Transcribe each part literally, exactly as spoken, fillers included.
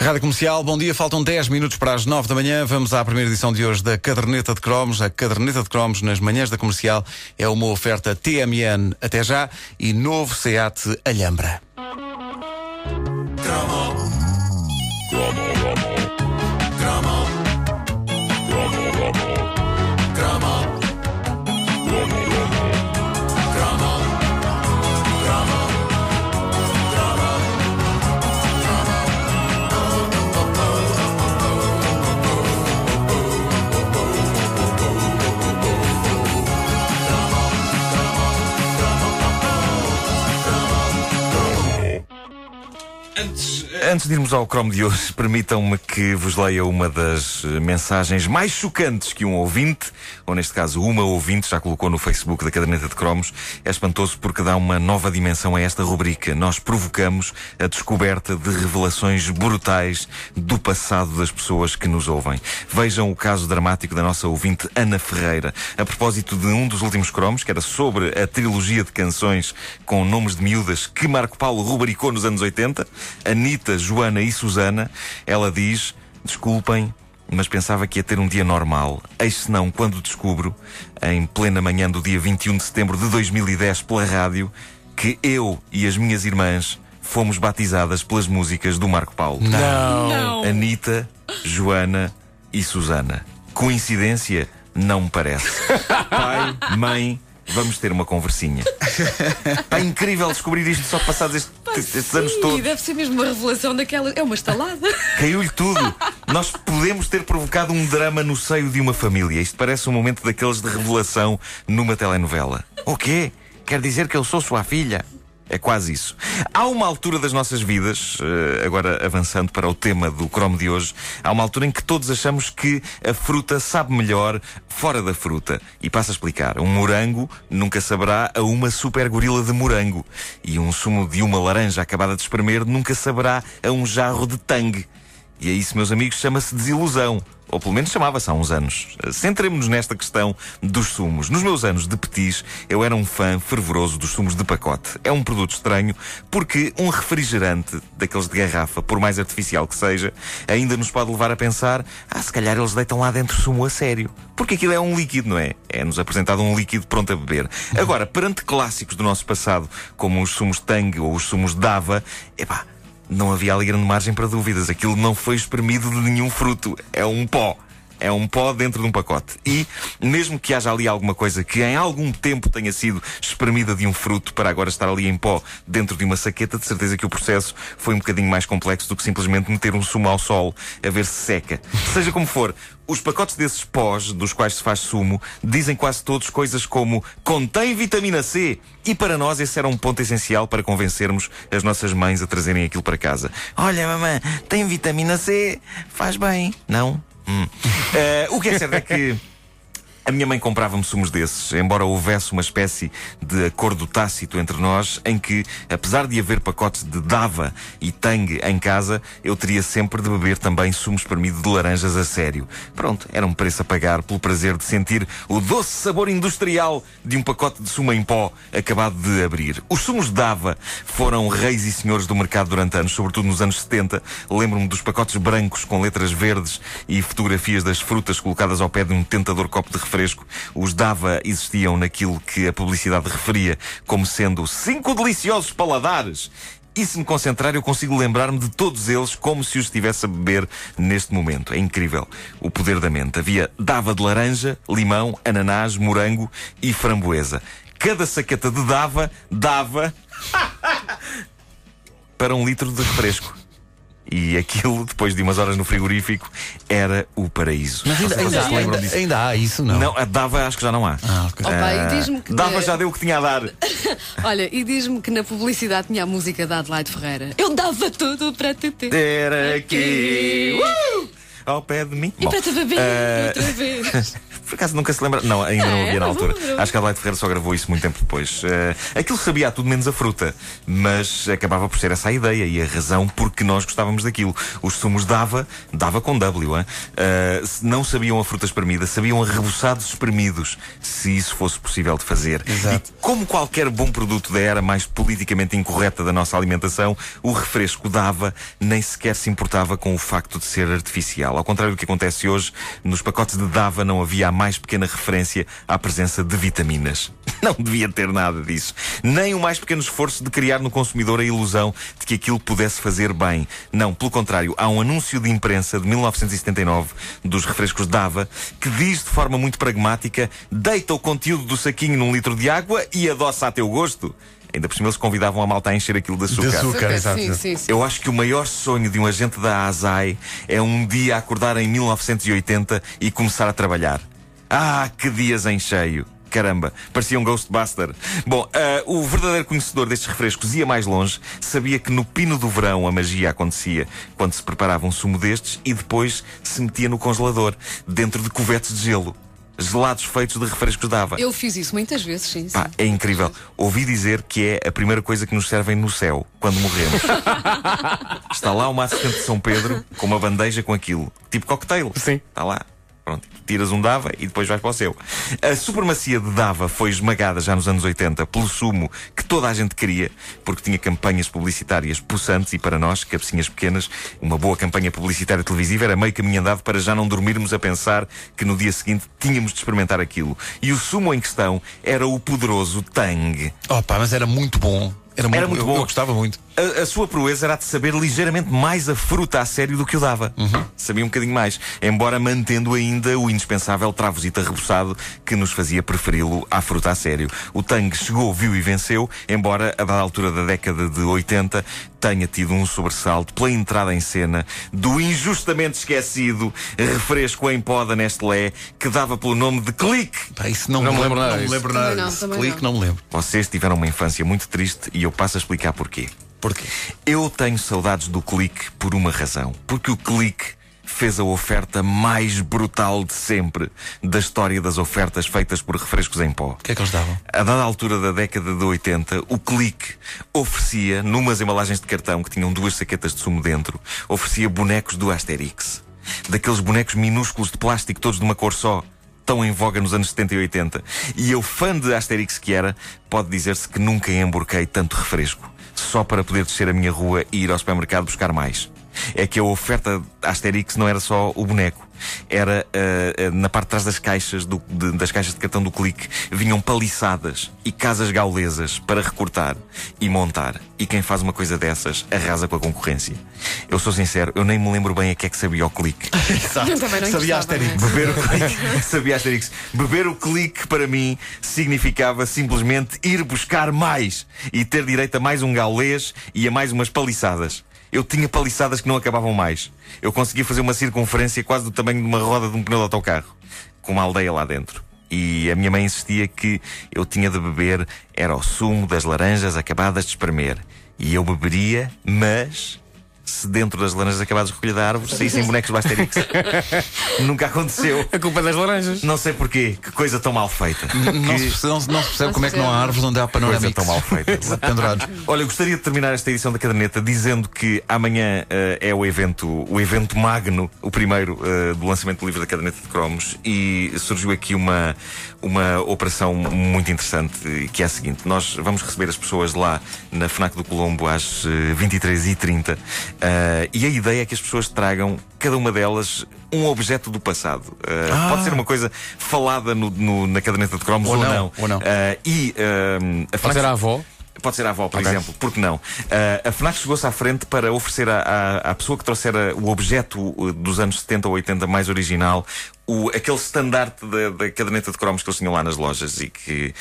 Rádio Comercial, bom dia, faltam dez minutos para as nove da manhã. Vamos à primeira edição de hoje da Caderneta de Cromos. A Caderneta de Cromos nas manhãs da Comercial é uma oferta T M N até já e novo SEAT Alhambra. Antes, antes de irmos ao cromo de hoje, permitam-me que vos leia uma das mensagens mais chocantes que um ouvinte, ou neste caso uma ouvinte, já colocou no Facebook da Caderneta de Cromos. É espantoso porque dá uma nova dimensão a esta rubrica. Nós provocamos a descoberta de revelações brutais do passado das pessoas que nos ouvem. Vejam o caso dramático da nossa ouvinte Ana Ferreira. A propósito de um dos últimos cromos, que era sobre a trilogia de canções com nomes de miúdas que Marco Paulo rubricou nos anos oitenta, Anitta, Joana e Susana, ela diz: desculpem, mas pensava que ia ter um dia normal. Eis se não, quando descubro, em plena manhã do dia vinte e um de setembro de dois mil e dez, pela rádio, que eu e as minhas irmãs fomos batizadas pelas músicas do Marco Paulo. Não. Não. Anitta, Joana e Susana. Coincidência? Não me parece. Pai, mãe, vamos ter uma conversinha. É incrível descobrir isto só passados estes, estes anos todos. Deve ser mesmo uma revelação daquela. É uma estalada. Caiu-lhe tudo. Nós podemos ter provocado um drama no seio de uma família. Isto parece um momento daqueles de revelação numa telenovela. O quê? Quer dizer que eu sou sua filha? É quase isso. Há uma altura das nossas vidas, agora avançando para o tema do cromo de hoje, há uma altura em que todos achamos que a fruta sabe melhor fora da fruta. E passo a explicar. Um morango nunca saberá a uma super gorila de morango. E um sumo de uma laranja acabada de espremer nunca saberá a um jarro de tangue. E é isso, meus amigos, chama-se desilusão. Ou pelo menos chamava-se há uns anos. Centremo-nos nesta questão dos sumos. Nos meus anos de petis, eu era um fã fervoroso dos sumos de pacote. É um produto estranho porque um refrigerante daqueles de garrafa, por mais artificial que seja, ainda nos pode levar a pensar: ah, se calhar eles deitam lá dentro sumo a sério. Porque aquilo é um líquido, não é? É-nos apresentado um líquido pronto a beber. Agora, perante clássicos do nosso passado, como os sumos Tang ou os sumos Dava, epá, não havia ali grande margem para dúvidas. Aquilo não foi espremido de nenhum fruto. É um pó. É um pó dentro de um pacote. E, mesmo que haja ali alguma coisa que em algum tempo tenha sido espremida de um fruto para agora estar ali em pó dentro de uma saqueta, de certeza que o processo foi um bocadinho mais complexo do que simplesmente meter um sumo ao sol a ver se seca. Seja como for, os pacotes desses pós, dos quais se faz sumo, dizem quase todos coisas como contém vitamina C. E para nós esse era um ponto essencial para convencermos as nossas mães a trazerem aquilo para casa. Olha, mamãe, tem vitamina C, faz bem. Não? Hum. Uh, o que é certo é que a minha mãe comprava-me sumos desses, embora houvesse uma espécie de acordo tácito entre nós, em que, apesar de haver pacotes de Dava e Tang em casa, eu teria sempre de beber também sumo espremido de laranjas a sério. Pronto, era um preço a pagar pelo prazer de sentir o doce sabor industrial de um pacote de sumo em pó acabado de abrir. Os sumos Dava foram reis e senhores do mercado durante anos, sobretudo nos anos setenta. Lembro-me dos pacotes brancos com letras verdes e fotografias das frutas colocadas ao pé de um tentador copo de refresco. Os Dava existiam naquilo que a publicidade referia como sendo cinco deliciosos paladares. E se me concentrar, eu consigo lembrar-me de todos eles como se os estivesse a beber neste momento. É incrível o poder da mente. Havia Dava de laranja, limão, ananás, morango e framboesa. Cada saqueta de Dava dava para um litro de refresco. E aquilo, depois de umas horas no frigorífico, era o paraíso. Mas ainda, ainda, se lembram ainda, disso? ainda há isso, não? Não, a Dava acho que já não há. Ah, okay. Opa, e diz-me que Dava na- já deu o que tinha a dar. Olha, e diz-me que na publicidade tinha a música da Adelaide Ferreira. Eu dava tudo para te ter. Ter aqui uh! ao pé de mim. E Bom, para te beber eh, outra vez. Por acaso nunca se lembra? Não, ainda não havia na altura. Acho que a Adelaide Ferreira só gravou isso muito tempo depois. Uh, aquilo sabia a tudo menos a fruta, mas acabava por ser essa a ideia e a razão porque nós gostávamos daquilo. Os sumos dava, dava com W, hein? Uh, não sabiam a fruta espremida, sabiam a reboçados espremidos, se isso fosse possível de fazer. Exato. E como qualquer bom produto da era mais politicamente incorreta da nossa alimentação, o refresco dava nem sequer se importava com o facto de ser artificial. Ao contrário do que acontece hoje, nos pacotes de Dava não havia a mais pequena referência à presença de vitaminas. Não devia ter nada disso. Nem o mais pequeno esforço de criar no consumidor a ilusão de que aquilo pudesse fazer bem. Não, pelo contrário, há um anúncio de imprensa de mil novecentos e setenta e nove dos refrescos Dava que diz de forma muito pragmática: deita o conteúdo do saquinho num litro de água e adoça a teu gosto. Ainda por cima eles convidavam a malta a encher aquilo de açúcar. De açúcar, exato. Sim, sim, sim. Eu acho que o maior sonho de um agente da ASAI é um dia acordar em mil novecentos e oitenta e começar a trabalhar. Ah, que dias em cheio! Caramba, parecia um Ghostbuster. Bom, uh, o verdadeiro conhecedor destes refrescos ia mais longe. Sabia que no pino do verão a magia acontecia quando se preparava um sumo destes e depois se metia no congelador, dentro de covetes de gelo. Gelados feitos de refrescos Dava. Eu fiz isso muitas vezes, sim. sim. Pá, é incrível. Ouvi dizer que é a primeira coisa que nos servem no céu, quando morremos. Está lá uma assistente de São Pedro com uma bandeja com aquilo. Tipo cocktail. Sim. Está lá. Pronto, tiras um Dava e depois vais para o céu. A supremacia de Dava foi esmagada já nos anos oitenta pelo sumo que toda a gente queria, porque tinha campanhas publicitárias possantes e para nós, cabecinhas pequenas, uma boa campanha publicitária televisiva era meio caminho andado para já não dormirmos a pensar que no dia seguinte tínhamos de experimentar aquilo. E o sumo em questão era o poderoso Tang. Opa, mas era muito bom. Era muito, Era muito eu, bom. Eu gostava muito. A, a sua proeza era de saber ligeiramente mais a fruta a sério do que o Dava. Uhum. Sabia um bocadinho mais, embora mantendo ainda o indispensável travosito reboçado que nos fazia preferi-lo à fruta a sério. O Tang chegou, viu e venceu, embora a dada altura da década de oitenta tenha tido um sobressalto pela entrada em cena do injustamente esquecido refresco em pó da Nestlé que dava pelo nome de Clique. Pá, isso não, não me lembro nada. Não me lembro nada. Também não, também Clique, não. não me lembro. Vocês tiveram uma infância muito triste e eu passo a explicar porquê. Porquê? Eu tenho saudades do Clique por uma razão. Porque o Clique fez a oferta mais brutal de sempre da história das ofertas feitas por refrescos em pó. O que é que eles davam? A dada altura da década de oitenta, o Clique oferecia, numas embalagens de cartão que tinham duas saquetas de sumo dentro, oferecia bonecos do Asterix. Daqueles bonecos minúsculos de plástico, todos de uma cor só, tão em voga nos anos setenta e oitenta. E eu, fã de Asterix que era, pode dizer-se que nunca emborquei tanto refresco, só para poder descer a minha rua e ir ao supermercado buscar mais. É que a oferta Asterix não era só o boneco. Era uh, uh, na parte de trás das caixas do, de, das caixas de cartão do Clique vinham paliçadas e casas gaulesas para recortar e montar. E quem faz uma coisa dessas arrasa com a concorrência. Eu sou sincero, eu nem me lembro bem a que é que sabia o Clique. Exato. Eu também não Sabia gostava, Asterix. não Beber o Clique, sabia Asterix. Beber o Clique para mim significava simplesmente ir buscar mais e ter direito a mais um gaulês e a mais umas paliçadas. Eu tinha paliçadas que não acabavam mais. Eu conseguia fazer uma circunferência quase do tamanho de uma roda de um pneu de autocarro, com uma aldeia lá dentro. E a minha mãe insistia que eu tinha de beber era o sumo das laranjas acabadas de espremer. E eu beberia, mas se dentro das laranjas acabadas de recolher da árvore saíssem bonecos do Asterix. Nunca aconteceu. A culpa é das laranjas. Não sei porquê. Que coisa tão mal feita. Não se percebe, não, se- não se percebe como é que não há árvores onde há Que coisa panorâmicos tão mal feita. pendurados. Olha, eu gostaria de terminar esta edição da Caderneta dizendo que amanhã eh, é o evento, o evento magno, o primeiro eh, do lançamento do livro da Caderneta de Cromos, e surgiu aqui uma, uma operação muito interessante, eh, que é a seguinte: nós vamos receber as pessoas lá na FNAC do Colombo às eh, vinte e três e trinta, eh, e a ideia é que as pessoas tragam, cada uma delas, um objeto do passado. Eh, Ah. Pode ser uma coisa falada no, no- na Caderneta de Cromos Ou ou, não, não. ou não. Eh, e eh, a Pode FNAC ser a avó. Pode ser a avó, por Ok. exemplo, porque não? Uh, a FNAC chegou-se à frente para oferecer à, à, à pessoa que trouxera o objeto uh, dos anos setenta ou oitenta mais original, o, aquele estandarte da, da caderneta de cromos que eles tinham lá nas lojas e que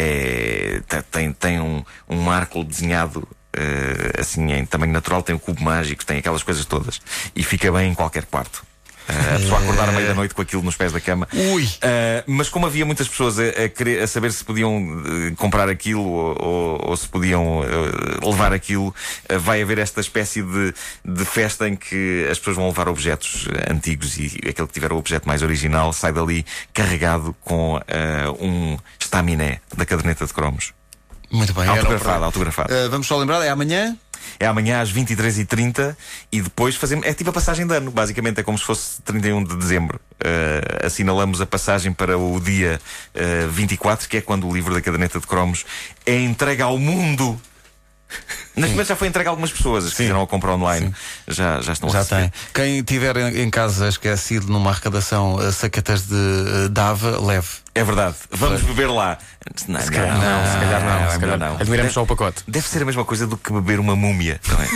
é, tem, tem um, um márculo desenhado uh, assim em tamanho natural, tem o cubo mágico, tem aquelas coisas todas e fica bem em qualquer quarto. Uh, a pessoa acordar à meia da noite com aquilo nos pés da cama. Ui. Uh, mas como havia muitas pessoas a, a, querer, a saber se podiam uh, comprar aquilo ou, ou, ou se podiam uh, levar aquilo, uh, vai haver esta espécie de, de festa em que as pessoas vão levar objetos antigos e aquele que tiver o objeto mais original sai dali carregado com uh, um estaminé da caderneta de cromos. Muito bem. Autografado, autografado. Uh, vamos só lembrar, é amanhã? É amanhã às vinte e três e trinta e depois fazemos. É tipo a passagem de ano, basicamente. É como se fosse trinta e um de dezembro. Uh, assinalamos a passagem para o dia uh, vinte e quatro, que é quando o livro da caderneta de cromos é entregue ao mundo. Neste momento já foi entregue a algumas pessoas, as que fizeram a compra online. Já, já estão Já a receber. tem. Quem tiver em, em casa esquecido numa arrecadação uh, saquetas de uh, Dava, leve. É verdade. Vamos beber lá. Não, Se calhar não, se calhar não, se calhar não. Admiramos só o pacote. Deve ser a mesma coisa do que beber uma múmia, não é?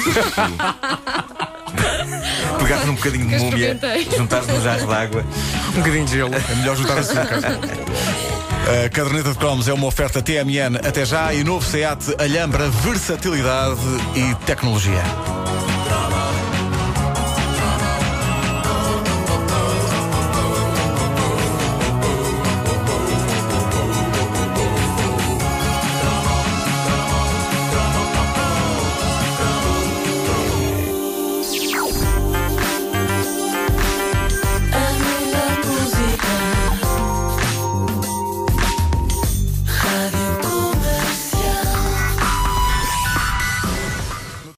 Pegar num bocadinho de Nunca múmia, experimentei. juntar-se num jarro de água. Um bocadinho de gelo. É melhor juntar açúcar. A caderneta de cromos é uma oferta T M N até já e novo SEAT Alhambra, versatilidade e tecnologia.